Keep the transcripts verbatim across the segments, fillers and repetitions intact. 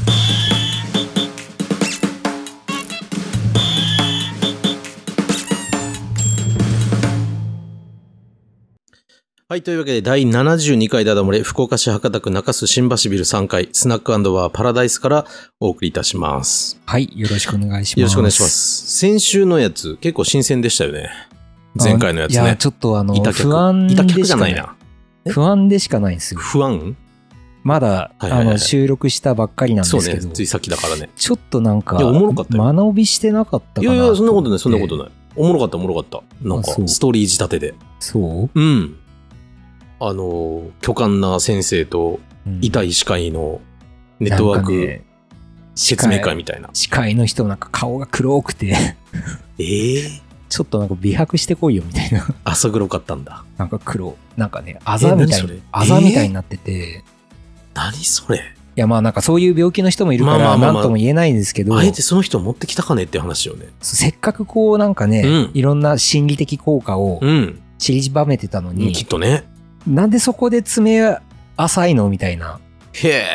はい。というわけで、だいななじゅうにかいダダ漏れ、福岡市博多区中洲新橋ビルさんかい、スナック&バーパラダイスからお送りいたします。 はい。よろしくお願いします。 よろしくお願いします。先週のやつ、結構新鮮でしたよね。前回のやつね。 いや、ちょっとあの、不安でしかない。不安でしかないんですよ。 不安まだ、はいはいはい、あの、収録したばっかりなんですけど。 そうね。ついさっきだからね。 ちょっとなんか、 いや、おもろかったよ。 間延びしてなかったかな。 いやいや、そんなことない、そんなことない。おもろかった、おもろかった。なんか、ストーリー仕立てで。 そううん。あの、巨漢な先生と、痛い歯科医のネットワーク説明会みたいな。 歯科医の人なんか顔が黒くてえー、 ちょっとなんか美白してこいよみたいな。 朝黒かったんだ。 なんか黒。なんかね、あざみたいに、あざみたいになってて。 何それ？いやまあなんかそういう病気の人もいるから何とも言えないんですけど。 あえてその人を持ってきたかねって話よね。 せっかくこうなんかね、うん、いろんな心理的効果を散りばめてたのに。 うん、きっとね。 なんでそこで爪浅いのみたいな。 へえ。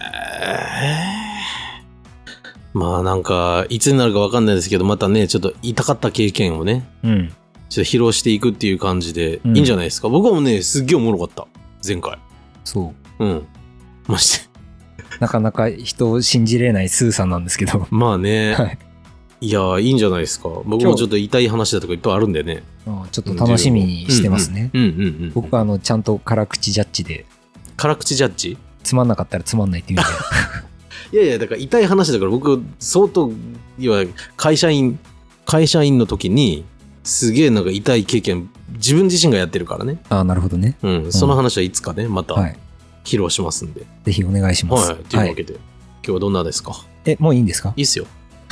まあなんか、いつになるか分かんないですけど、またね、ちょっと痛かった経験をね、うん、ちょっと披露していくっていう感じで、いいんじゃないですか。うん、僕はもうね、すっげえおもろかった。前回。 そう。 うん。まして。 なかなか人を信じれないスーさんなんですけど。 まあね。はい。いやー、いいんじゃないですか。僕もちょっと痛い話だとかいっぱいあるんでね。 ちょっと楽しみにしてますね。僕はあのちゃんと辛口ジャッジで。 辛口ジャッジ？ つまんなかったらつまんないって言うんで。いやいや、だから痛い話だから僕、相当、いわゆる会社員、会社員の時に、すげえなんか痛い経験、自分自身がやってるからね。 ああ、なるほどね。 うん。その話はいつかね、また披露しますんで。はい、 ぜひお願いします。 はい。というわけで、はい、今日はどんなですか？ え、もういいんですか？ いいっすよ。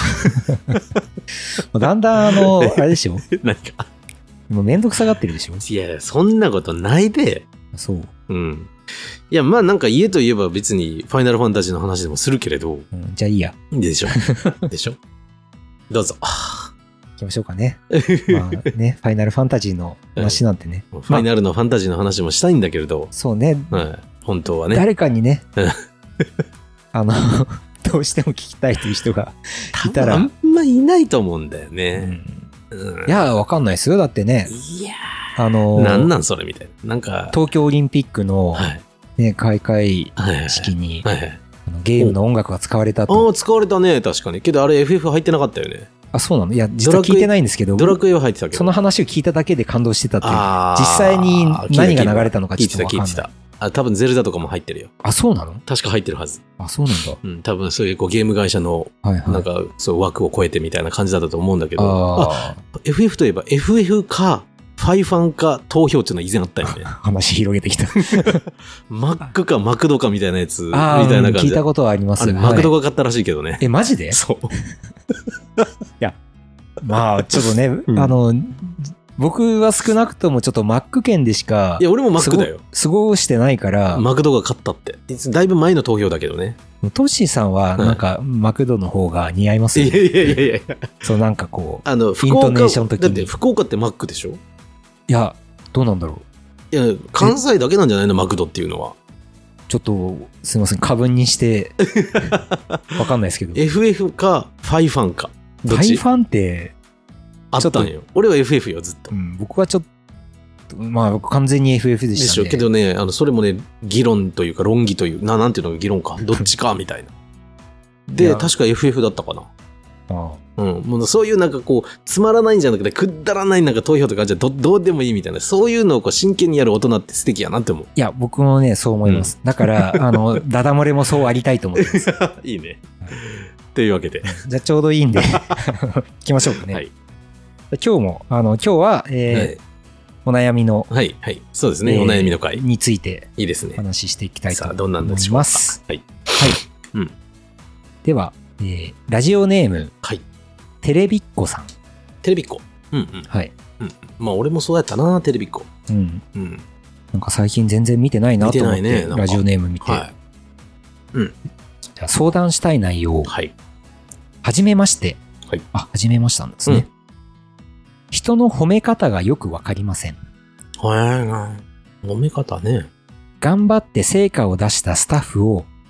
だんだんあの、あれでしょ何か。 もうめんどくさがってるでしょ。 いや、そんなことないで。 そう。 うん。いや、まあなんか家といえば別にファイナルファンタジーの話でもするけれど。 うん、じゃあいいや。 でしょ。でしょ。どうぞ。 行きましょうかね。まあね、ファイナルファンタジーの話なんてね。 ファイナルのファンタジーの話もしたいんだけれど。まあ、 そうね。 はい。本当はね。 誰かにね、あの、どうしても聞きたいという人がいたら。 あんまいないと思うんだよね。 うんうん、いや、わかんないですよ。だってね。 いやあのー、 なんなんそれみたいな。なんか。 東京オリンピックの、はいね、開会式に、ゲームの音楽が使われたと。 ああ、使われたね。確かに。けどあれ エフエフ 入ってなかったよね。 あ、そうなの？いや、実は聞いてないんですけど。 ドラクエは入ってたけど。 その話を聞いただけで感動してたっていう。実際に何が流れたのかちょっとわかんない。聞いてた、聞いてた。あ、多分ゼルダとかも入ってるよ。 あ、そうなの？ 確か入ってるはず。 あ、そうなんだ。 うん、多分そういうこうゲーム会社の、なんか、そう枠を超えてみたいな感じだったと思うんだけど。ああ、エフエフ といえば エフエフ か、ファイファンか投票っていうのは以前あったよね。 話広げてきた。 マックかマクドかみたいなやつみたいな感じ。 聞いたことはあります。 あれ、マクドが買ったらしいけどね。 え、マジで？ そう。 いや、まあ、ちょっとね、うん、あの、僕は少なくともちょっとマック圏でしか。 いや、俺もマックだよ。 過ごしてないから。 マクドが勝ったって。だいぶ前の投票だけどね。 トッシーさんは、なんか、マクドの方が似合いますよね。 いやいやいやいや。 そう、なんかこう、 あの、 イントネーションの時に。 だって、福岡ってマックでしょ？いや、どうなんだろう。いや、関西だけなんじゃないのマクドっていうのは。 ちょっと、すいません、過分にして、わかんないですけど。 エフエフ か、ファイファンか。 ファイファンって、 あったんよ。俺は エフエフ よ、ずっと。 うん、僕はちょっと、まあ、完全に エフエフ でしたね。でしょ。 けどね、あの、それもね、議論というか、論議という、な、なんていうのが議論か。どっちか、みたいな。で、確か エフエフ だったかな。 ああ、うん。もうそういうなんかこう、つまらないんじゃなくて、くだらないなんか投票とかじゃど、どうでもいいみたいな、そういうのをこう真剣にやる大人って素敵やなって思う。 いや、僕もね、そう思います。うん、だから、あの、ダダ漏れもそうありたいと思ってます。 いいね。というわけで。 じゃあちょうどいいんで、行きましょうかね。はい。今日も、あの、今日は、えーはい、お悩みの、 はい、はい。そうですね、えー、お悩みの回。 について、 いいですね。 お話ししていきたいと思います。さあ、 どんなんでしょうか。はい。 はい。うん。では、えー、ラジオネーム、 はい。 テレビっ子さん。 テレビっ子。うんうん。 はい。 うん。まあ、俺もそうやったな、テレビっ子。 うん。うん。なんか最近全然見てないなと思って、ね、ラジオネーム見て。はい。うん。じゃあ相談したい内容。 はい。 はじめまして。 はい。 あ、はじめましたんですね。うん、人の褒め方がよくわかりません。 はい。褒め方ね。 頑張って成果を出したスタッフを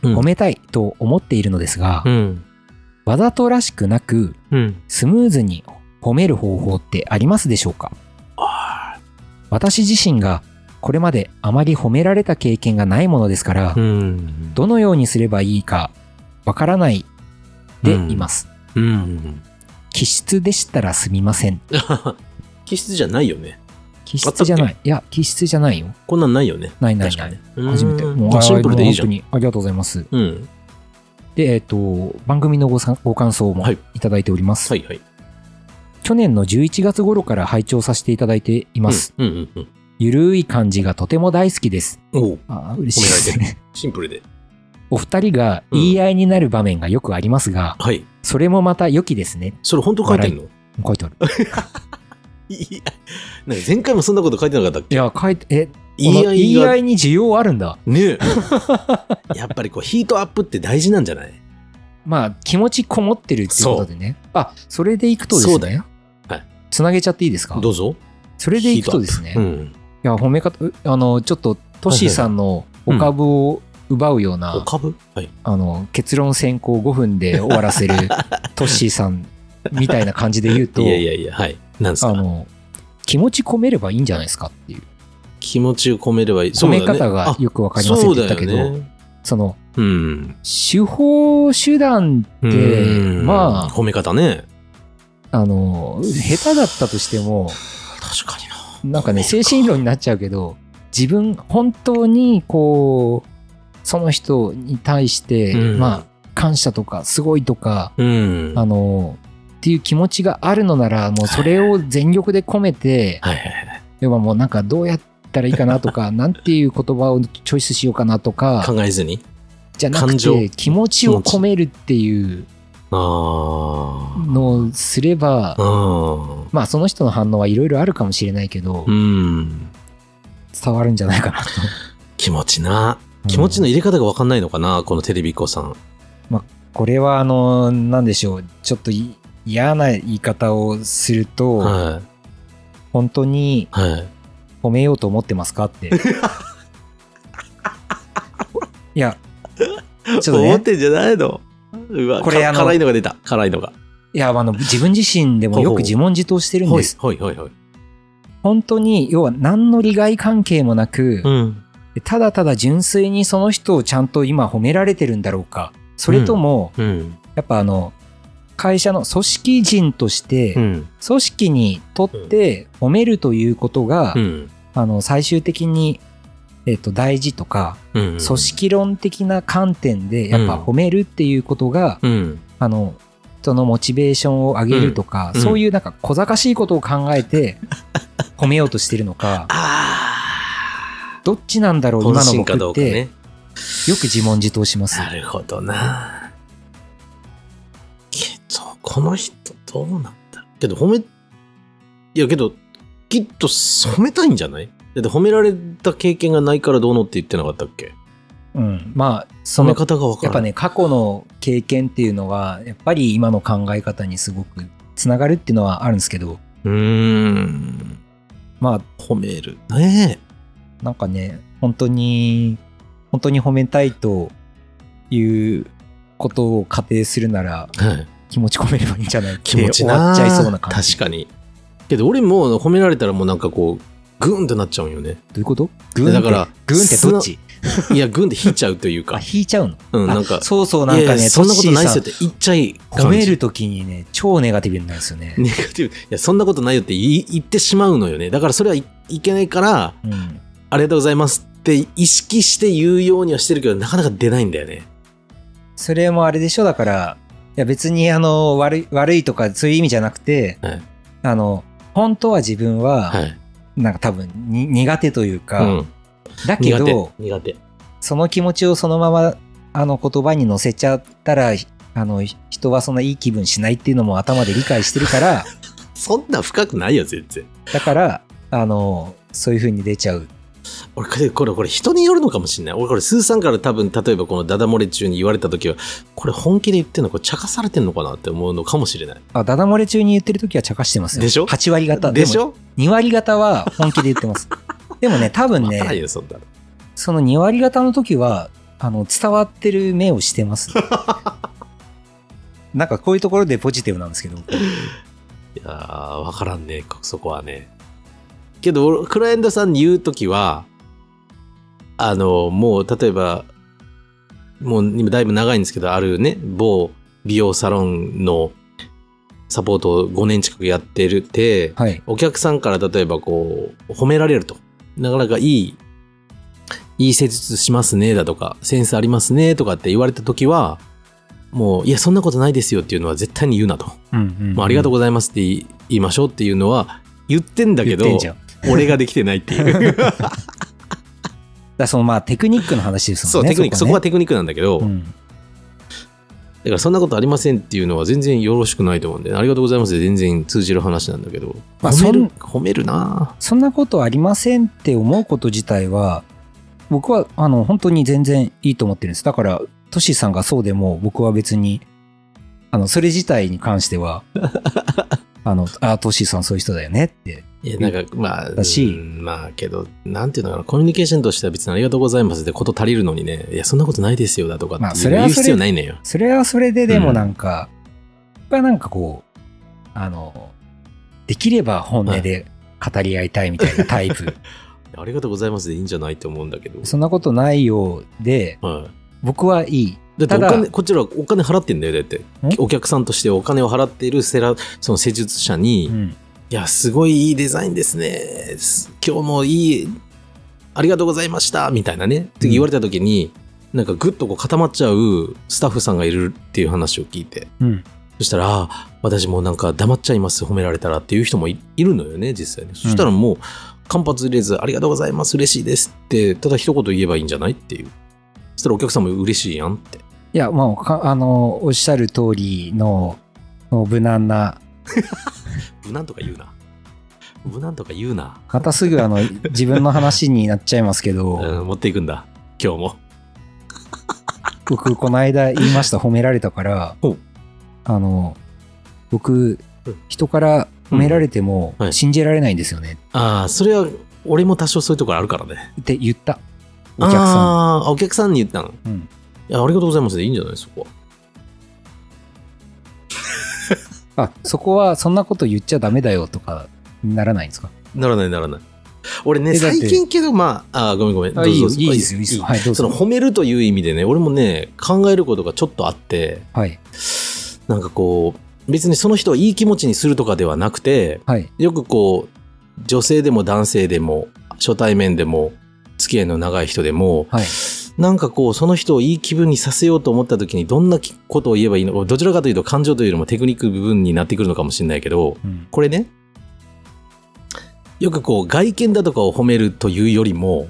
褒めたいと思っているのですが、うん、わざとらしくなく、うん、スムーズに褒める方法ってありますでしょうか？あ、私自身がこれまであまり褒められた経験がないものですから、うん、どのようにすればいいかわからないでいます、うんうん、気質でしたらすみません。 気質じゃないよね。 気質じゃない。いや、気質じゃないよ。 こんなんないよね。 ないないない。初めて。もうシンプルでいいじゃん。 ありがとうございます。うん、で、えっと、番組の ご, ご感想もいただいております、はいはいはい。去年のじゅういちがつ頃から拝聴させていただいています。うんうんうんうん、ゆるい感じがとても大好きです。おあ、嬉しいですね。 シンプルで。 お二人が言い合いになる場面がよくありますが、うん、はい、それもまた良きですね。 それ本当書いてんの？ 書いてある。 いや、なんか前回もそんなこと書いてなかったっけ？ いや、書いて、え、言い合い、言い合いに需要あるんだ。 ねえ。やっぱりこう、ヒートアップって大事なんじゃない？ まあ、気持ちこもってるっていうことでね。あ、それでいくとですね。そうだよ。はい。つなげちゃっていいですか？ どうぞ。 それでいくとですね。うん、いや、褒め方、あの、ちょっと、トッシーさんのお株を奪うような、 うん、お株？はい。 あの、結論先行ごふんで終わらせるトッシーさんみたいな感じで言うと、 いやいやいや、はい。なんですか？あの、 気持ち込めればいいんじゃないですかっていう。 気持ちを込めればいい。 込め方がよくわかりませんって言ったけど、 そ,、ね、その、うん、手法手段って、まあ、 褒め方ね。 あの、下手だったとしても、 確かにな。なんかね、精神論になっちゃうけど、自分、本当にこう、その人に対して、うん、まあ、感謝とか、すごいとか、うん、あの、っていう気持ちがあるのなら、もうそれを全力で込めて、はいはいはい、要はもうなんかどうやったらいいかなとか、なんていう言葉をチョイスしようかなとか、 考えずにじゃなくて気持ちを込めるっていうのをすれば、まあその人の反応はいろいろあるかもしれないけど、うん、伝わるんじゃないかなと。 気持ちな、気持ちの入れ方が分かんないのかな、このテレビっ子さん。 まあこれはあのなんでしょう、ちょっと嫌な言い方をすると、はい、本当に褒めようと思ってますかって。いや、 ちょっとね、思ってんじゃないの？うわ、これあの辛いのが出た。辛いのが。 いや、あの自分自身でもよく自問自答してるんです。 はいはいはい。 本当に要は何の利害関係もなく、うん、ただただ純粋にその人をちゃんと今褒められてるんだろうか。それとも、うんうん、やっぱあの会社の組織人として、うん、組織にとって褒めるということが、うん、あの最終的に、えーと、大事とか、うんうん、組織論的な観点でやっぱ褒めるっていうことが、うん、あの人のモチベーションを上げるとか、うん、そういうなんか小賢しいことを考えて褒めようとしてるのか、どっちなんだろう今の僕って、ね、よく自問自答します。 なるほどな。この人どうなんだけど褒め、いやけどきっと褒めたいんじゃない？だって褒められた経験がないからどうのって言ってなかったっけ？ うん、まあその方が分からない。やっぱね、過去の経験っていうのはやっぱり今の考え方にすごくつながるっていうのはあるんですけど、うーん、まあ褒めるね、 なんかね、本当に本当に褒めたいということを仮定するなら、はい、気持ち込めればいいんじゃないって終わっちゃいそうな感じ。 確かに。けど俺も褒められたらもうなんかこうグーンってなっちゃうんよね。 どういうこと？グーンって、だからグーンってどっち？ いやグーンって引いちゃうというか。 あ、引いちゃうの？ うん、なんかそうそう、なんかね、 そんなことないっすよって言っちゃい感じ。 褒めるときにね、超ネガティブになるんですよね。 ネガティブ。いやそんなことないよって言ってしまうのよね。だからそれはい、いけないから、うん、ありがとうございますって意識して言うようにはしてるけどなかなか出ないんだよね。 それもあれでしょ、だからいや別にあの 悪い、悪いとかそういう意味じゃなくて、はい、あの本当は自分は、はい、なんか多分に苦手というか、うん、だけど苦手、苦手、 その気持ちをそのままあの言葉に乗せちゃったらあの人はそんないい気分しないっていうのも頭で理解してるからそんな深くないよ全然。 だからあのそういう風に出ちゃう。 俺これこれ人によるのかもしれない。俺これスーさんから多分例えばこのダダ漏れ中に言われた時はこれ本気で言ってんのこれ茶化されてんのかなって思うのかもしれない。 あ、ダダ漏れ中に言ってる時は茶化してますよ。 でしょ？ はち割方でしょ？ に割方は本気で言ってます。でもね多分ね、そ, そのに割方の時はあの伝わってる目をしてます、ね、なんかこういうところでポジティブなんですけど。いやー、わからんね、そこはね。けど、クライアントさんに言うときは、あの、もう、例えば、もう、今だいぶ長いんですけど、あるね、某美容サロンのサポートをごねん近くやってるって、はい、お客さんから例えばこう、褒められると。なかなかいい、いい施術しますね、だとか、センスありますね、とかって言われたときは、もう、いや、そんなことないですよっていうのは絶対に言うなと。うんうんうん、まあ、ありがとうございますって言いましょうっていうのは言ってんだけど、俺ができてないっていう。 だそのまあテクニックの話ですもんね。 そう、テクニック、そこはテクニックなんだけど、うん、だからそんなことありませんっていうのは全然よろしくないと思うんで、ありがとうございますで全然通じる話なんだけど、まあ、褒める、褒めるな。 そんなことありませんって思うこと自体は、僕はあの本当に全然いいと思ってるんです。だから、トシさんがそうでも僕は別に、あの、それ自体に関しては、あの、あ、トシさんそういう人だよねって。 いや、なんか、まあ、だし、まあ、けど、なんていうのかな、コミュニケーションとしては別にありがとうございますでこと足りるのにね、いや、そんなことないですよだとかって言う必要ないのよ。まあ、 それはそれででもなんか、うん、なんかこう、あの、できれば本音で語り合いたいみたいなタイプ。はい、 ありがとうございますでいいんじゃないと思うんだけど。 そんなことないようで、はい、僕はいい。 だってお金、こっちらお金払ってんだよ。だって、お客さんとしてお金を払っているセラ、その施術者に、うん、いや、すごいいいデザインですね。今日もいい、ありがとうございました。みたいなね。って言われた時に、うん、なんかぐっとこう固まっちゃうスタッフさんがいるっていう話を聞いて。うん、そしたら、ああ、私もなんか黙っちゃいます。褒められたらっていう人も い, いるのよね、実際に。そしたらもう、間髪入れず、ありがとうございます。嬉しいですって、ただ一言言えばいいんじゃないっていう。そしたらお客さんも嬉しいやんって。 いや、まあ、あの、おっしゃる通りの、無難な。 無難とか言うな。無難とか言うな。 またすぐあの、自分の話になっちゃいますけど。 うん、持っていくんだ。今日も。 僕、この間言いました、褒められたから、あの、僕、人から褒められても信じられないんですよね。 うん、はい、ああ、それは、俺も多少そういうところあるからね。 って言った。お客さん。 ああ、お客さんに言ったの。うん。いや、ありがとうございますでいいんじゃないそこは。あ、そこはそんなこと言っちゃダメだよとかならないんですか？ ならないならない。俺ね、最近けど、まあ、あ、ごめんごめん。どうぞ。 いいよ、いいですよ、いいですよ。はい、どうぞ。 その褒めるという意味でね、俺もね、考えることがちょっとあって、はい。なんかこう、別にその人をいい気持ちにするとかではなくて、はい。よくこう、女性でも男性でも、初対面でも、付き合いの長い人でも、はい。なんかこう、その人をいい気分にさせようと思った時にどんなことを言えばいいのか、どちらかというと感情というよりもテクニック部分になってくるのかもしれないけど、うん、これね、よくこう、外見だとかを褒めるというよりも、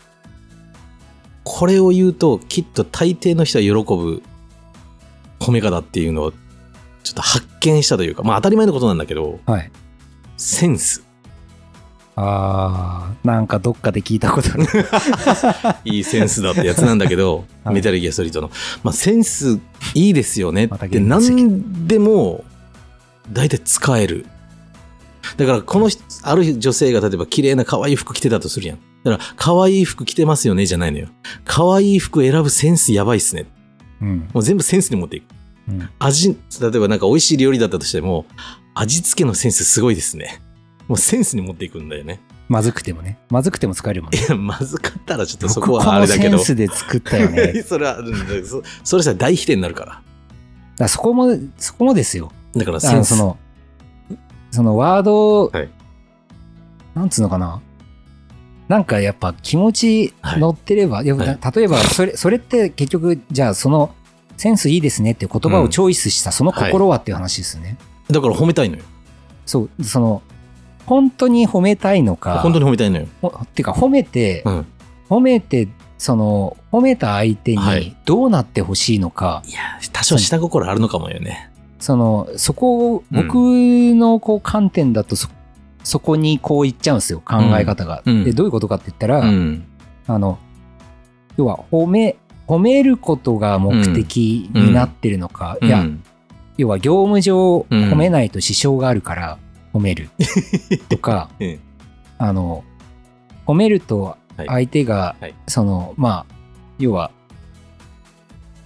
これを言うときっと大抵の人は喜ぶ褒め方っていうのをちょっと発見したというか、まあ当たり前のことなんだけど、はい、センス。 あー、なんかどっかで聞いたことあるいいセンスだってやつなんだけど、はい、メタルギアソリッドの、まあ、センスいいですよねって何でも大体使える。だからこのある女性が例えば綺麗な可愛い服着てたとするやん。だから可愛い服着てますよねじゃないのよ。可愛い服選ぶセンスやばいっすね、うん、もう全部センスに持っていく、うん、味、例えばなんか美味しい料理だったとしても味付けのセンスすごいですね。もうセンスに持っていくんだよね。 まずくてもね。まずくても使えるもんね。 いや、まずかったらちょっとそこはあれだけど。 僕このセンスで作ったよね。 それは、そ, それさ大否定になるから。だからそこも、そこもですよ。 だからセンス。 その、そのワード、はい、なんつうのかな。なんかやっぱ気持ち乗ってれば、はい、例えばそれ、それって結局、じゃあそのセンスいいですねって言葉をチョイスしたその心はっていう話ですね。 はい、だから褒めたいのよ。 そう、その、本当に褒めたいのか。 本当に褒めたいのよ。 っていうか、褒めて、うん、褒めて、その、褒めた相手にどうなってほしいのか。はい、いや、 多少下心あるのかもよね。 その、そこを、僕のこう観点だとそ、そこにこう言っちゃうんですよ、考え方が。うん、で、どういうことかって言ったら、うん、あの、要は、褒め、褒めることが目的になってるのか。うん、いや、うん、要は、業務上褒めないと支障があるから、褒めるとか、うん、あの褒めると相手が、はいはい、そのまあ要は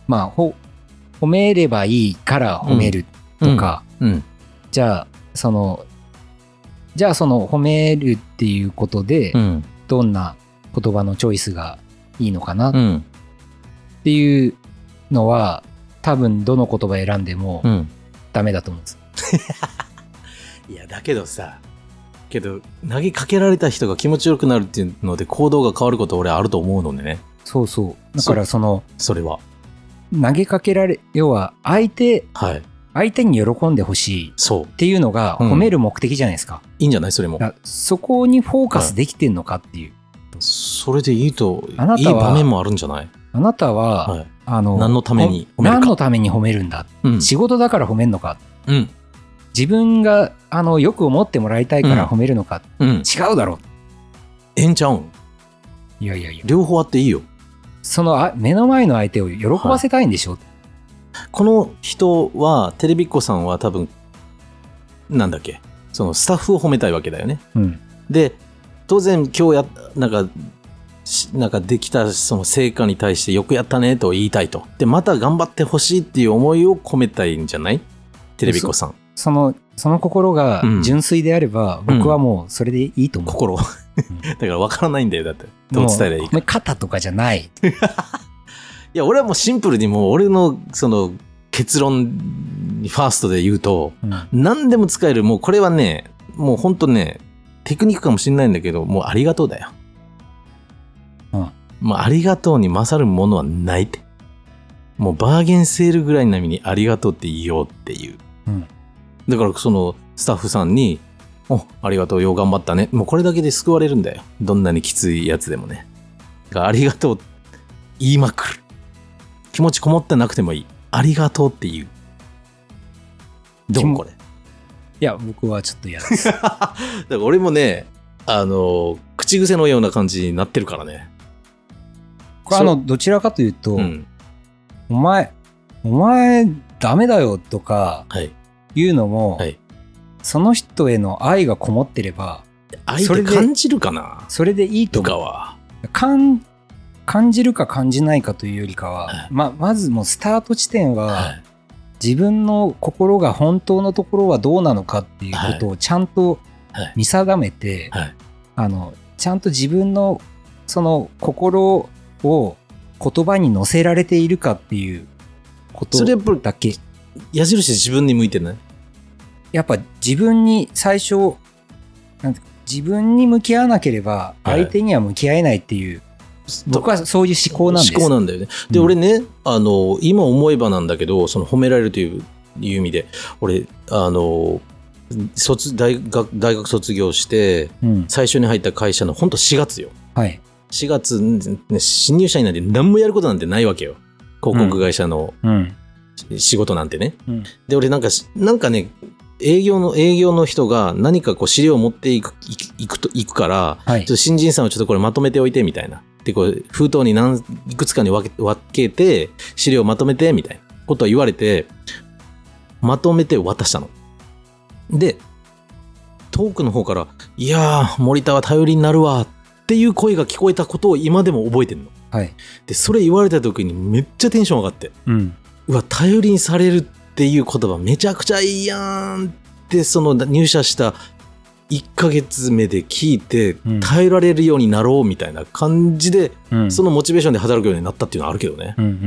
まあほ褒めればいいから褒めるとか、 うんうん、 じゃあそのじゃあその褒めるっていうことで、うん、どんな言葉のチョイスがいいのかなっていうのは、多分どの言葉選んでもダメだと思うんです。 いやだけどさ、けど投げかけられた人が気持ちよくなるっていうので行動が変わること俺あると思うのでね。 そうそう。だからそのそれは投げかけられ、要は相手、はい、相手に喜んでほしいっていうのが褒める目的じゃないですか。 うん、いいんじゃないそれも。 そこにフォーカスできてんのかっていう。 はい、それでいいと、あなたはいい場面もあるんじゃない？ あなたは、はい、あの何のために褒めるか。 何のために褒めるんだ、うん、仕事だから褒めるのか、うん、自分があのよく思ってもらいたいから褒めるのか、うんうん、違うだろ。 ええんちゃうん？ いやいやいや。 両方あっていいよ。 そのあ目の前の相手を喜ばせたいんでしょ、はい、 この人はテレビっ子さんは多分なんだっけ、そのスタッフを褒めたいわけだよね、うん、で当然今日やなんかなんかできたその成果に対してよくやったねと言いたいと、でまた頑張ってほしいっていう思いを込めたいんじゃない？テレビっ子さん。 そ, そのその心が純粋であれば、うん、僕はもうそれでいいと思う、 心だから分からないんだよ。だってどう伝えればいいか。 褒め方とかじゃない。 いや俺はもうシンプルにもう俺のその結論にファーストで言うと、うん、何でも使える。もうこれはねもうほんとねテクニックかもしれないんだけど、もうありがとうだよ、うん、もうありがとうに勝るものはないって。もうバーゲンセールぐらい並みにありがとうって言おうっていう、うん、だからそのスタッフさんにおありがとうよ頑張ったね、もうこれだけで救われるんだよ。どんなにきついやつでもね。だからありがとう言いまくる。気持ちこもってなくてもいい。ありがとうっていう。どうこれ？いや僕はちょっと嫌です。だから俺もねあの口癖のような感じになってるからね。 これあのどちらかというと、うん、お前お前ダメだよとかいうのも、はいはい、その人への愛がこもってれば愛って感じるかな。 それでいいと思う。は感感じるか感じないかというよりかは、はい、ま, まずもうスタート地点は、はい、自分の心が本当のところはどうなのかっていうことをちゃんと見定めて、はいはい、あのちゃんと自分のその心を言葉に乗せられているかっていうことだけ。 矢印自分に向いてない？ やっぱ自分に最初なんて自分に向き合わなければ相手には向き合えないっていう、はい、僕はそういう思考なんです。 思考なんだよね。で、うん、俺ねあの今思えばなんだけど、その褒められるといういう意味で俺あの卒 大, 学大学卒業して、うん、最初に入った会社のほんとしがつよ、はい、しがつ、ね、新入社員なんて何もやることなんてないわけよ。広告会社の仕事なんてね、うんうん、で俺なんかなんかね営業の営業の人が何かこう資料を持っていくいくといくから、はい、ちょっと新人さんをちょっとこれまとめておいてみたいな。でこう封筒に何いくつかに分け、分けて資料をまとめてみたいなことを言われてまとめて渡したの。で遠くの方からいやー森田は頼りになるわっていう声が聞こえたことを今でも覚えてるの。はい、でそれ言われた時にめっちゃテンション上がって、うん、うわ頼りにされるっていう言葉めちゃくちゃいいやんってその入社したいっかげつめで聞いて耐えられるようになろうみたいな感じで、うん、そのモチベーションで働くようになったっていうのはあるけどね、うんうんうん、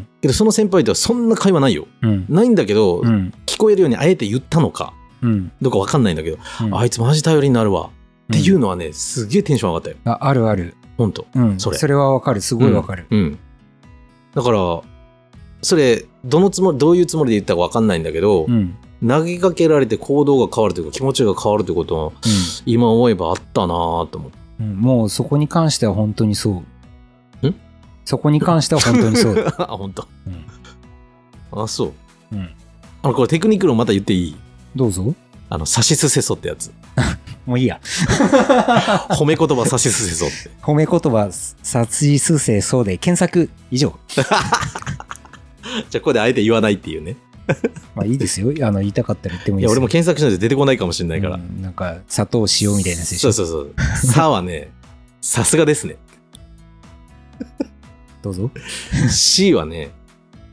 けどその先輩とはそんな会話ないよ、うん、ないんだけど、うん、聞こえるようにあえて言ったのか、うん、どうか分かんないんだけど、うん、あいつマジ頼りになるわっていうのはねすげえテンション上がったよ。 あ, あるある本当、うん、それそれは分かる。すごい分かる、うんうん、 だからそれどのつもりどういうつもりで言ったか分かんないんだけど、うん、投げかけられて行動が変わるというか気持ちが変わるということは、うん、今思えばあったなと思って、 うん、もうそこに関しては本当にそう。んそこに関しては本当にそうあ本当、うん、あそう、うん、あのこれテクニックのまた言っていい？ どうぞ。 あのサシスセソってやつもういいや褒め言葉サシスセソって褒め言葉サシスセソで検索以上じゃあここであえて言わないっていうねまあいいですよ。あの言いたかったら言ってもいいですよ。 いや俺も検索しないと出てこないかもしれないから、うん、 なんか砂糖塩みたいなやつでしょ。 そうそうそうさはねさすがですねどうぞ。 C はね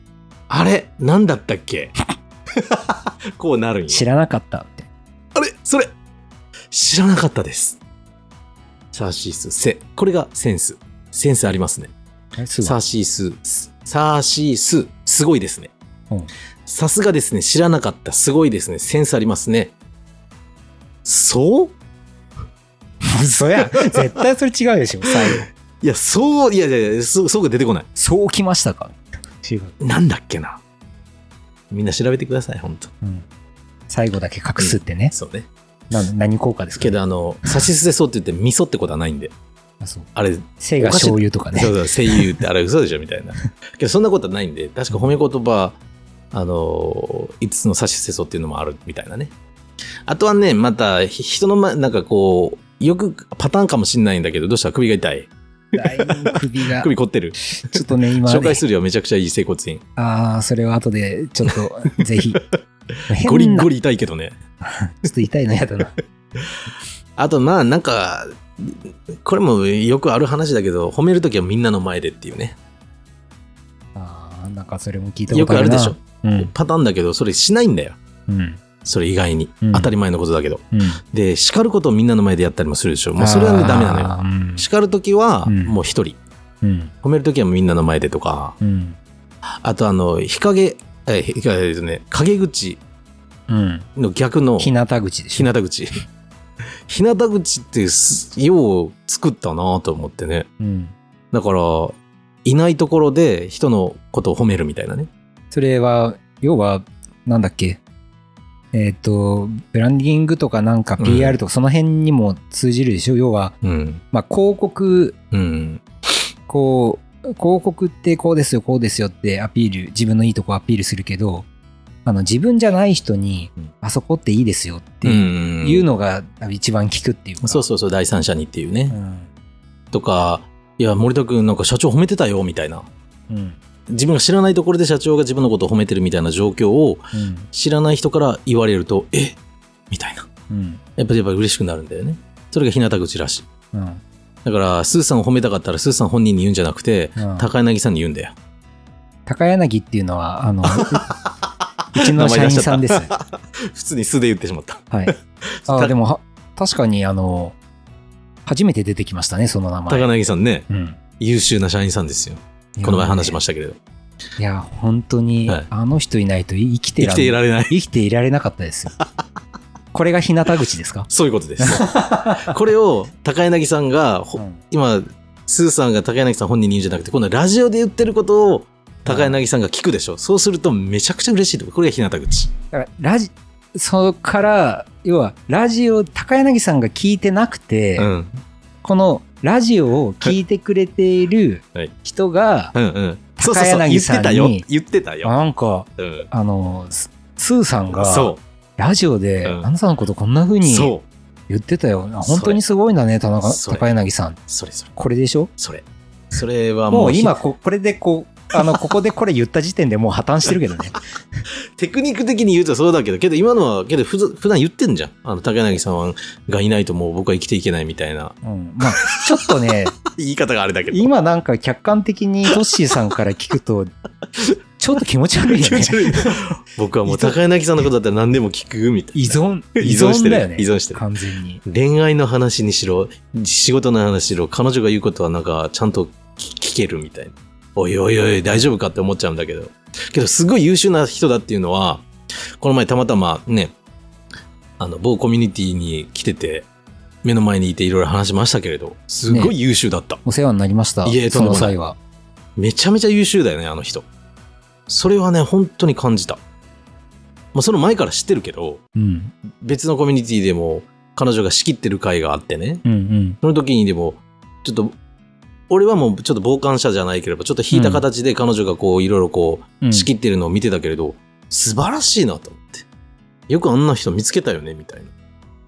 あれなんだったっけこうなるんよ。 知らなかったって。 あれそれ知らなかったです。サーシース、せ。これがセンス。センスありますね。サーシース、サーシース、すごいですね。さすがですね。知らなかった。すごいですね。センスありますね。そう嘘や。絶対それ違うでしょ、最後。 いや、そう、いやいやいや、そう、そうが出てこない。 そうきましたか。違う。 なんだっけな。みんな調べてください、本当。うん。 最後だけ隠すってね。 うん、そうね。 な何効果ですか、ね、 けど、あの、さしすせそうって言って、味噌ってことはないんで。 あ、そう。 あれ、 せが醤油とかね。 そうそう、声優ってあれ嘘でしょみたいな。けど、そんなことはないんで、確か褒め言葉、あの、いつつのさしすせそうっていうのもあるみたいなね。あとはね、また、人の前、なんかこう、よくパターンかもしれないんだけど、どうした？首が痛い。 首が。 首凝ってる。 ちょっとね、今、ね。 紹介するよ、めちゃくちゃいい整骨院。 ああ、それは後で、ちょっと、ぜひ。 ゴリゴリ痛いけどね。 ちょっと痛いのやだな。 あと、まあ、なんか、これもよくある話だけど、褒めるときはみんなの前でっていうね。 ああ、なんかそれも聞いたことあるな。 よくあるでしょ。うん、パターンだけど、それしないんだよ。うん。それ以外に、うん、当たり前のことだけど、うん、で叱ることをみんなの前でやったりもするでしょ。もうそれはねダメなのよ、うん、叱るときはもう一人、うん、褒めるときはみんなの前でとか、うん、あとあの日陰え日陰ですね、陰口の逆の日向口でしょ。 日向口日向口ってよう作ったなと思ってね、うん、だからいないところで人のことを褒めるみたいなね。 それは要はなんだっけ、えっと、ブランディングとかなんか ピーアール とかその辺にも通じるでしょ、うん、要は、うん、まあ広告、うん、こう、広告ってこうですよ、こうですよってアピール、自分のいいとこアピールするけど、あの自分じゃない人に、うん、あそこっていいですよっていうのが一番効くっていうか。 そうそうそう、第三者にっていうね。うん、とか、いや、森田くんなんか社長褒めてたよ、みたいな。うん自分が知らないところで社長が自分のことを褒めてるみたいな状況を知らない人から言われると、うん、えみたいな、うん、やっぱりやっぱり嬉しくなるんだよね。それが日向口らしい、うん、だからスーさんを褒めたかったらスーさん本人に言うんじゃなくて、うん、高柳さんに言うんだよ。 高柳っていうのはあのうちの社員さんです。 普通に素で言ってしまった。 はいあでもは確かにあの初めて出てきましたね、その名前。 高柳さんね、うん、優秀な社員さんですよ。この前話しましたけれど。 いや、本当に、はい、あの人いないと生きて生きていられない。 生きていられなかったですよ。これが日向口ですか？ そういうことです。これを高柳さんが、うん、今、スーさんが高柳さん本人に言うんじゃなくて、今度ラジオで言ってることを高柳さんが聞くでしょ。うん、そうするとめちゃくちゃ嬉しいと。これが日向口。 だからラジ、そこから、要は、ラジオ、高柳さんが聞いてなくて、うん、このラジオを聞いてくれている人が、はいうんうん高柳さんに言ってたよ。 なんか、うん、あのスーさんがラジオで、うん、あなたのことこんな風に言ってたよ。本当にすごいんだね、田中高柳さん。 それそれ。 これでしょ？ それ。それはもう。 もう今こ、これでこう、あの、ここでこれ言った時点でもう破綻してるけどね。 テクニック的に言うとそうだけど、けど今のは、けど普段言ってんじゃん。あの、高柳さんがいないともう僕は生きていけないみたいな。 うん。まあ、ちょっとね、 言い方があれだけど。 今なんか客観的にトッシーさんから聞くと、ちょっと気持ち悪いよね。気持ち悪い。 僕はもう高柳さんのことだったら何でも聞くみたいな。 依存、依存してるよね。 依存してる。 完全に。 恋愛の話にしろ、仕事の話しろ、彼女が言うことはなんかちゃんと聞けるみたいな。おいおいおい大丈夫かって思っちゃうんだけど。けどすごい優秀な人だっていうのは、この前たまたまね、あの、某コミュニティに来てて、目の前にいていろいろ話しましたけれど、すごい優秀だった。ね、 お世話になりました。いえ、その際は。 めちゃめちゃ優秀だよね、あの人。それはね、本当に感じた。まあ、その前から知ってるけど、うん、別のコミュニティでも彼女が仕切ってる会があってね、うんうん、その時にでも、ちょっと、俺はもうちょっと傍観者じゃないければ、ちょっと引いた形で彼女がこう、いろいろこう、仕切ってるのを見てたけれど、うん、素晴らしいなと思って。よくあんな人見つけたよね、みたいな。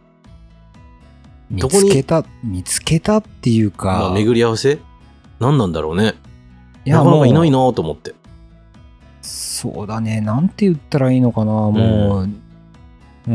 見つけた、見つけたっていうか。まあ、巡り合わせ何なんだろうね。いや、なかなかいないなと思って。 そうだね。なんて言ったらいいのかな。もう、うん、うん、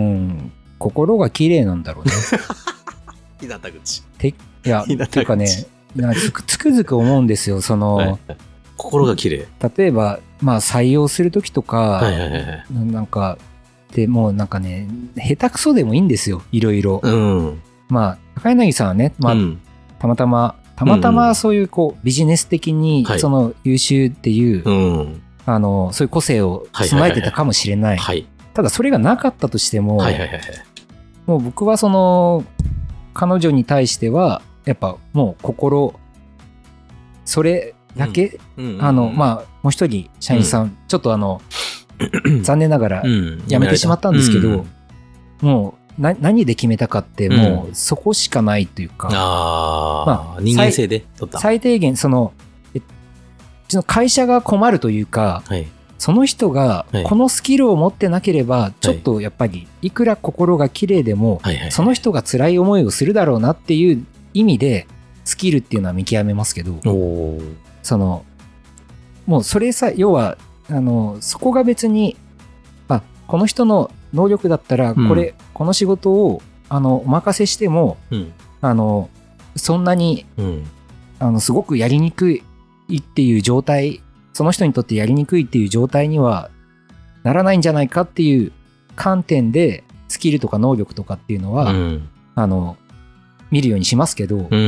心が綺麗なんだろうね。 日向口。 ていや、っていうかね、つくづく思うんですよ。その、はい、 心が綺麗。 例えば、まあ採用するときとか、 はいはいはい、 なんか、でもうなんかね、下手くそでもいいんですよ、いろいろ。うん、まあ、高柳さんはね、まあ、うん、たまたま、たまたまそういうこうビジネス的にその優秀っていう、はい、あのそういう個性を備えてたかもしれない。ただそれがなかったとしても、はいはいはいはい、もう僕はその彼女に対してはやっぱもう心それだけ、うんうんうん、あのまあもう一人社員さん、うん、ちょっとあの残念ながら辞めてしまったんですけど、うんうん、もうな何で決めたかってもうそこしかないというか、うん、 あ、まあ、人間性で取った最低限そのえうちの会社が困るというか、はい、その人がこのスキルを持ってなければちょっとやっぱりいくら心が綺麗でも、はいはいはい、その人が辛い思いをするだろうなっていう意味でスキルっていうのは見極めますけど、そのもうそれさ要はあのそこが別にあこの人の能力だったらこれ、うん、この仕事をあのお任せしても、うん、あのそんなに、うん、あのすごくやりにくいっていう状態その人にとってやりにくいっていう状態にはならないんじゃないかっていう観点でスキルとか能力とかっていうのは、うん、あの見るようにしますけど、うん、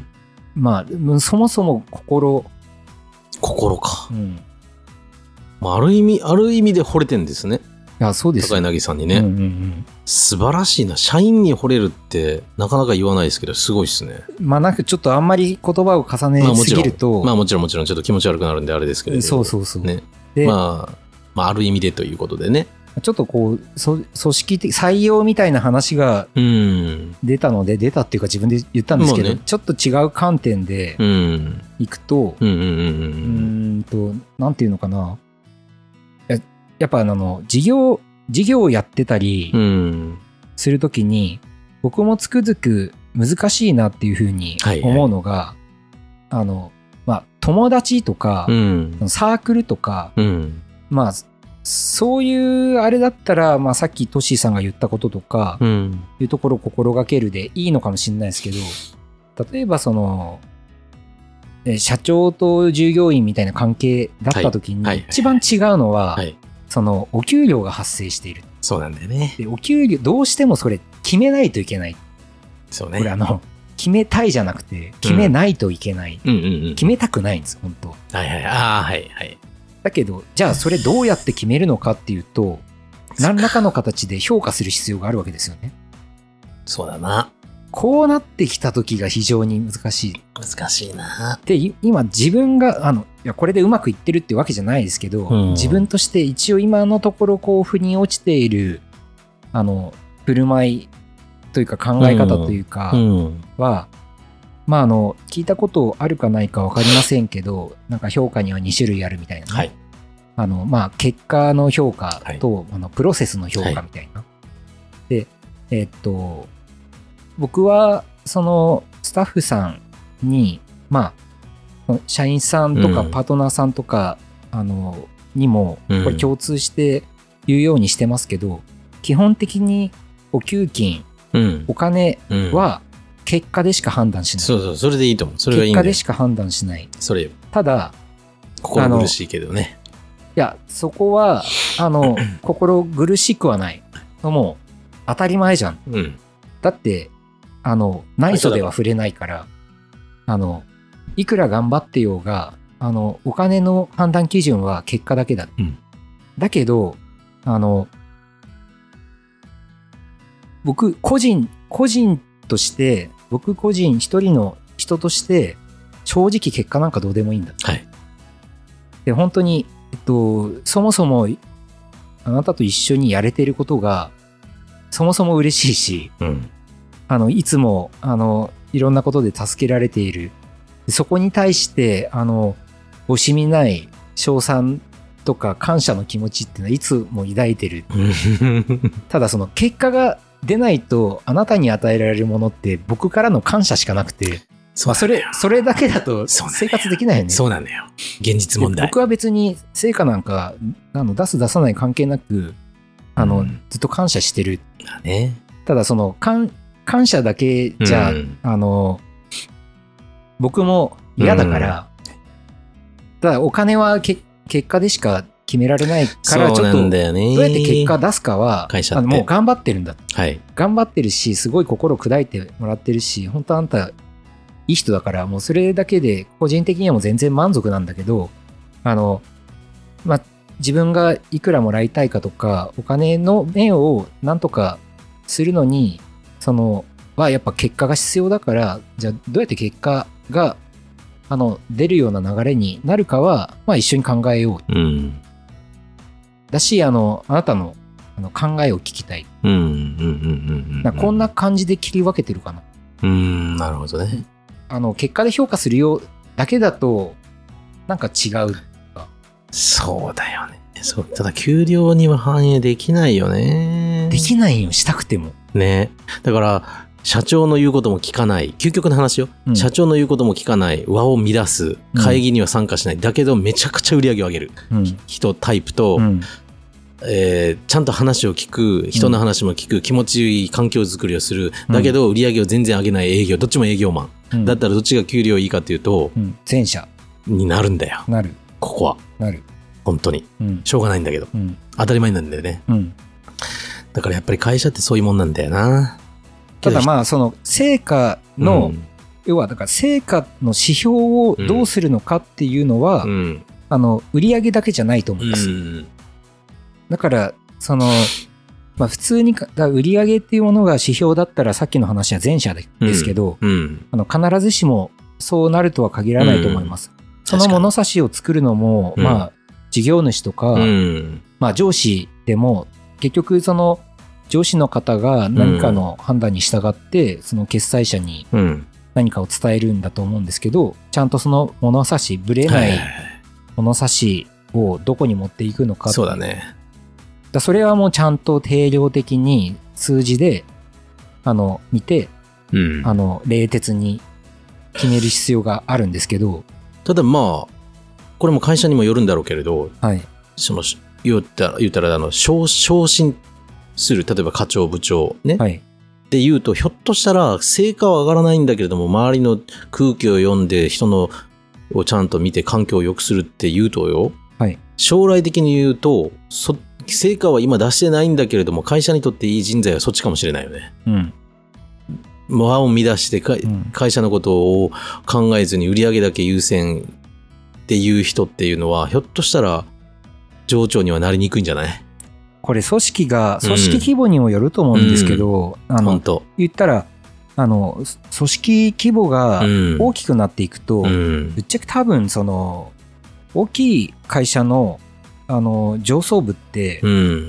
まあそもそも心心か、うんまあ、ある意味ある意味で惚れてんですね。 いやそうです高柳さんにね、うんうんうん、素晴らしいな。社員に惚れるってなかなか言わないですけどすごいですね。 まあなんかちょっとあんまり言葉を重ねすぎるとまあもちろんもちろんちょっと気持ち悪くなるんであれですけれどそうそうそう、 ねでまあ、まあある意味でということでねちょっとこうそ組織的採用みたいな話が出たので、うん、出たっていうか自分で言ったんですけど、ね、ちょっと違う観点でいくとうーんとなんていうのかなやっぱあの事業事業をやってたりするときに、うん、僕もつくづく難しいなっていうふうに思うのが、はいはい、あのまあ友達とか、うん、サークルとか、うん、まあそういうあれだったら、まあ、さっきトッシーさんが言ったこととか、うん、いうところを心がけるでいいのかもしれないですけど、例えばその社長と従業員みたいな関係だった時に、はいはいはい、一番違うのは、はい、そのお給料が発生している。 そうなんだよね。 でお給料どうしてもそれ決めないといけない。 そうね。 これあの決めたいじゃなくて決めないといけない。うんうんうんうん、決めたくないんです本当。 はいはいああはいはい。 だけどじゃあそれどうやって決めるのかっていうと何らかの形で評価する必要があるわけですよね。 そうだな。 こうなってきた時が非常に難しい。 難しいな。 で今自分があのいやこれでうまくいってるってわけじゃないですけど、うん、自分として一応今のところこう腑に落ちているあの振る舞いというか考え方というかは、うんうん、まああの聞いたことあるかないか分かりませんけどなんか評価にはに種類あるみたいな、ねはい、あのまあ結果の評価と、はい、あのプロセスの評価みたいな、はい、でえー、っと僕はそのスタッフさんにまあ社員さんとかパートナーさんとか、うん、あのにもこれ共通して言うようにしてますけど、うん、基本的にお給金、うん、お金は結果でしか判断しない、 そうそうそれでいいと思う。それがいいんだよ。 結果でしか判断しない。それよ。ただ心苦しいけどね。 いやそこはあの心苦しくはないもう当たり前じゃん、うん、だってあの内緒では触れないからあのいくら頑張ってようがあのお金の判断基準は結果だけだ、うん、だけどあの僕個人個人として僕個人一人の人として正直結果なんかどうでもいいんだ、はい、で本当に、えっと、そもそもあなたと一緒にやれてることがそもそも嬉しいし、うんあのいつもあのいろんなことで助けられている。そこに対してあの惜しみない称賛とか感謝の気持ちっていうのはいつも抱いてるただその結果が出ないとあなたに与えられるものって僕からの感謝しかなくて、まあ、それそれだけだと生活できないよね。 そうなんだよ。現実問題。 僕は別に成果なんかあの出す出さない関係なくあの、うん、ずっと感謝してる、ね、ただその感感謝だけじゃ、うん、あの僕も嫌だから、 ただお金はけ結果でしか決められないからちょっとどうやって結果出すかは会社ってあのもう頑張ってるんだ、 はい、 頑張ってるしすごい心砕いてもらってるし本当あんたいい人だからもうそれだけで個人的にはもう全然満足なんだけどあのまあ自分がいくらもらいたいかとかお金の面をなんとかするのにそのはやっぱ結果が必要だからじゃあどうやって結果があの出るような流れになるかはまあ一緒に考えよう、うん、だしあのあなたの、あの考えを聞きたい、うんうんうんうんうん、こんな感じで切り分けてるかな。 うーんなるほどね。 あの結果で評価するよだけだとなんか違う。 そうだよね。そうただ給料には反映できないよね。 できないよしたくてもね。だから社長の言うことも聞かない究極の話よ、うん、社長の言うことも聞かない輪を乱す会議には参加しない、うん、だけどめちゃくちゃ売り上げを上げる、うん、人タイプと、うんえー、ちゃんと話を聞く人の話も聞く、うん、気持ちいい環境づくりをするだけど売り上げを全然上げない営業どっちも営業マン、うん、だったらどっちが給料いいかっていうと、うん、 前者になるんだよ。 なるここはなる本当に、うん、しょうがないんだけど、うん、当たり前なんだよね、うん、だからやっぱり会社ってそういうもんなんだよな。 ただまあその成果の、うん、要はだから成果の指標をどうするのかっていうのは、うん、あの売り上げだけじゃないと思います、うん、だからその、まあ、普通にだ売り上げっていうものが指標だったらさっきの話は前者ですけど、うんうん、あの必ずしもそうなるとは限らないと思います、うん、その物差しを作るのも、まあ、事業主とか、まあ、上司でも結局その上司の方が何かの判断に従ってその決裁者に何かを伝えるんだと思うんですけど、ちゃんとその物差しぶれない物差しをどこに持っていくのかっていう、 そうだね。 だそれはもうちゃんと定量的に数字であの見て、うん、あの冷徹に決める必要があるんですけど、 ただまあこれも会社にもよるんだろうけれど、はい、その言ったら言ったらあの昇進する例えば課長部長ね、はい、って言うとひょっとしたら成果は上がらないんだけれども周りの空気を読んで人のをちゃんと見て環境を良くするって言うとよ、はい、将来的に言うとそ成果は今出してないんだけれども会社にとっていい人材はそっちかもしれないよね。うん、輪を乱してか、うん、会社のことを考えずに売り上げだけ優先っていう人っていうのはひょっとしたら上長にはなりにくいんじゃない？ これ組織が組織規模にもよると思うんですけど、うん、あの言ったらあの組織規模が大きくなっていくと、うん、ぶっちゃけ多分その大きい会社のあの上層部って、うん、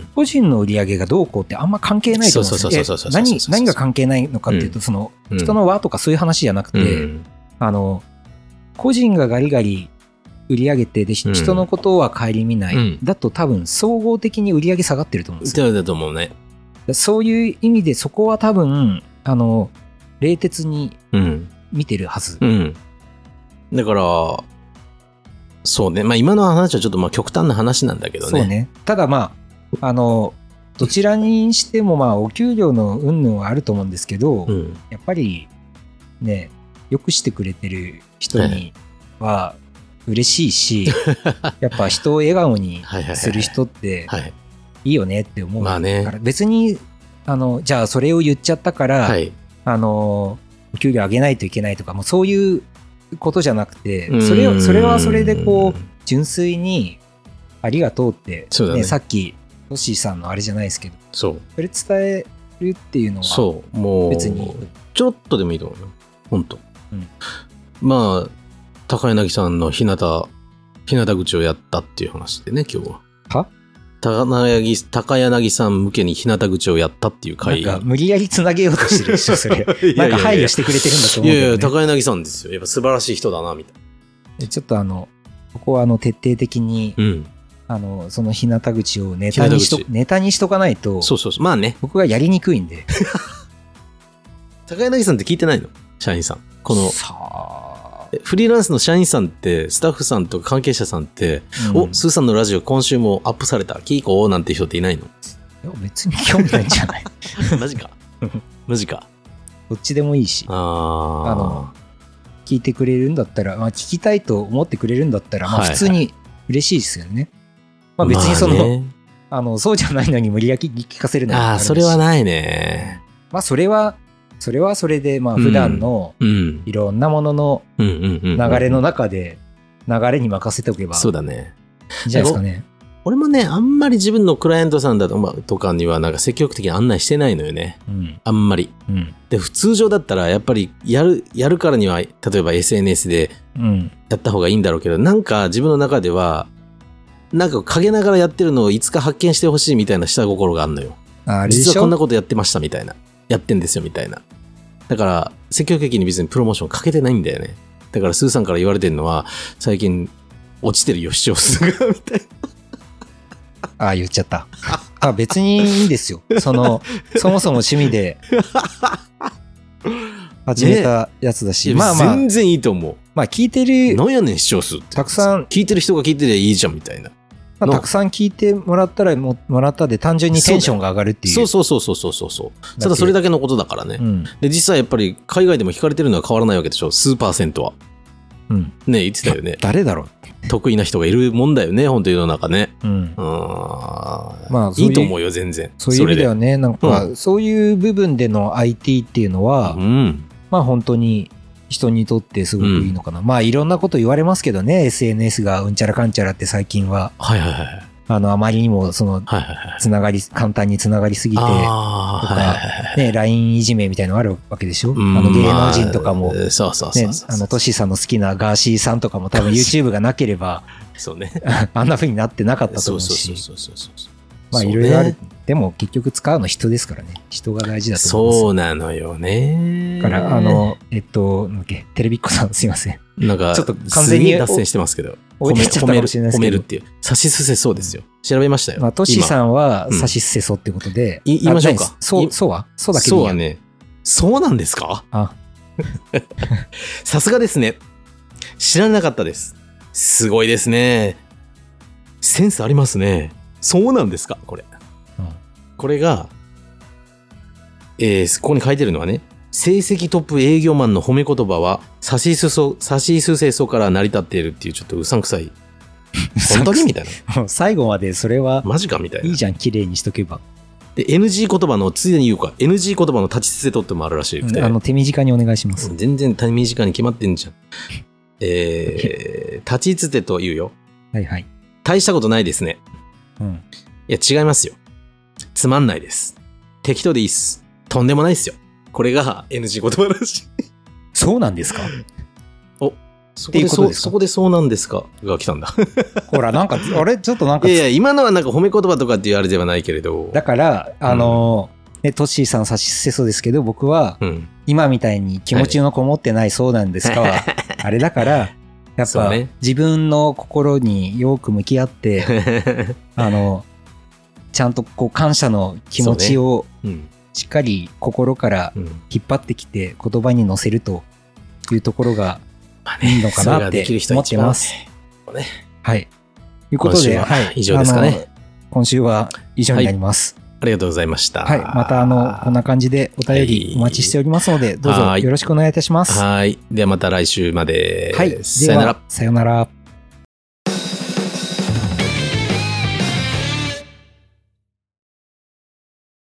個人の売り上げがどうこうってあんま関係ないと思うんですよ。何何が関係ないのかっていうと、うん、その人の輪とかそういう話じゃなくて、うん、あの個人がガリガリ売り上げてで、うん、人のことは顧みない、うん、だと多分総合的に売り上げ下がってると思うんですよ。 だと思うね。 そういう意味でそこは多分あの冷徹に見てるはず、うんうん、 だからそうね、まあ今の話はちょっとまあ極端な話なんだけどね。 そうね。ただまああのどちらにしてもまあお給料の云々はあると思うんですけど、うん、やっぱりねよくしてくれてる人には嬉しいし、やっぱ人を笑顔にする人っていいよねって思うから、はいはい、別にあのじゃあそれを言っちゃったから、はい、あのお給料上げないといけないとかもうそういうことじゃなくて、それをそれはそれでこう純粋にありがとうって、ねね、さっきトッシーさんのあれじゃないですけど、そうそれ伝えるっていうのはそうもう別にちょっとでもいいと思うよ本当、うん、まあ高柳さんの日向日向口をやったっていう話でね今日はは高柳高柳さん向けに日向口をやったっていう回なんか無理やりつなげようとしてるでしょそれなんか配慮してくれてるんだと思うけど、ね、いやいや高柳さんですよやっぱ素晴らしい人だなみたいな。ちょっとあのここはあの徹底的に、うん、あのその日向口をネタにしとネタにしとかないとそうそうそうまあね僕がやりにくいんで高柳さんって聞いてないの社員さんこのさあフリーランスの社員さんってスタッフさんとか関係者さんって、うん、おスーさんのラジオ今週もアップされた聞いこうなんて人っていないの？いや別に興味ないんじゃないマジかマジかどっちでもいいしああの聞いてくれるんだったら、まあ、聞きたいと思ってくれるんだったら、まあ、普通に嬉しいですよね。はいはい、まあ、別にその、まあね、あのそうじゃないのに無理やり聞かせるのもあるし。 ああ、それはないね。 まあ、それはそれはそれで、まあ普段のいろんなものの流れの中で流れに任せておけば、 そうだね。 いいんじゃないですかね。 俺もね、あんまり自分のクライアントさんだと、まあ、とかにはなんか積極的に案内してないのよね。うん、あんまり、うん。で、普通常だったらやっぱりやる、やるからには、例えば エスエヌエス でやった方がいいんだろうけど、うん、なんか自分の中では、なんか陰ながらやってるのをいつか発見してほしいみたいな下心があるのよ。 あれでしょ？ 実はこんなことやってましたみたいな。やってんですよみたいな。だから積極的に別にプロモーションかけてないんだよね。だからスーさんから言われてるのは最近落ちてるよ視聴数がみたいな。 ああ言っちゃった。あ別にいいんですよ。そのそもそも趣味で始めたやつだし、ね、まあまあ全然いいと思う。 まあ聞いてるなんやねん視聴数ってたくさん聞いてる人が聞いてりゃいいじゃんみたいな。 まあ、たくさん聞いてもらったら も, もらったで単純にテンションが上がるっていう。 そうそうそうそうそうそうそうただそれだけのことだからね、うん、で実際やっぱり海外でも聞かれてるのは変わらないわけでしょ数パーセントは、うん、ね言ってたよね。 誰だろう得意な人がいるもんだよね本当に世の中ね、うん、あまあいいと思うよ全然。 そういう意味ではねなんか、うん、そういう部分での アイティー っていうのは、うん、まあ本当に人にとってすごくいいのかな、うん、まあいろんなこと言われますけどね エスエヌエス がうんちゃらかんちゃらって最近は、はいはいはい、あのあまりにもそのつながり簡単につながりすぎてとか、はいはいはいね、ライン いじめみたいなのあるわけでしょ。あの芸能人とかもねそうそうそうそうあのトシさんの好きなガーシーさんとかも多分 YouTube がなければそうねあんな風になってなかったと思うしまあいろいろある、ね、でも結局使うの人ですからね人が大事だと思います。 そうなのよね。 だからあのえっとなんだっけテレビっ子さんすいませんなんかちょっと完全に脱線してますけど褒め, 褒める褒めるっていうさしすせそうですよ。調べましたよ。 まあトシさんはさしすせそうってことで、 うん、言いましょうか。 そうそうはそうだけどそうはねそうなんですか。あさすがですね。知らなかったです。すごいですね。センスありますね。そうなんですかこれ、うん、これが、えー、ここに書いてるのはね成績トップ営業マンの褒め言葉はさしすそさしすせそから成り立っているっていうちょっとうさんくさい本当にみたいな最後までそれはマジかみたいないいじゃん綺麗にしとけば。 で エヌジー 言葉のついでに言うか エヌジー 言葉の立ちつせとってもあるらしい、 うん、あの手短にお願いします。 全然手短に決まってんじゃんえー、立ちつてと言うよ。 はいはい。 大したことないですね。うん。いや違いますよ。つまんないです。適当でいいっす。とんでもないっすよ。これが エヌジー 言葉らしい。 そうなんですか？ お、そこでそう、そこでそうなんですかが来たんだ。 ほらなんかあれちょっとなんかいやいや今のはなんか褒め言葉とかっていうあれではないけれど。 だからあのーうん、ねトッシーさんさしすせそうですけど僕は、うん、今みたいに気持ちのこもってないそうなんですかは、はい、あれだからやっぱ、ね、自分の心によく向き合ってあのちゃんとこう感謝の気持ちをしっかり心から引っ張ってきて言葉に乗せるというところがいいのかなって思ってます。はい。ということで、はい、 以上ですかね。 今週は以上になります。 はい、ありがとうございました。 はい。またあのこんな感じでお便りお待ちしておりますので、どうぞよろしくお願いいたします。 はい。ではまた来週まで。 はい。さよなら。さよなら。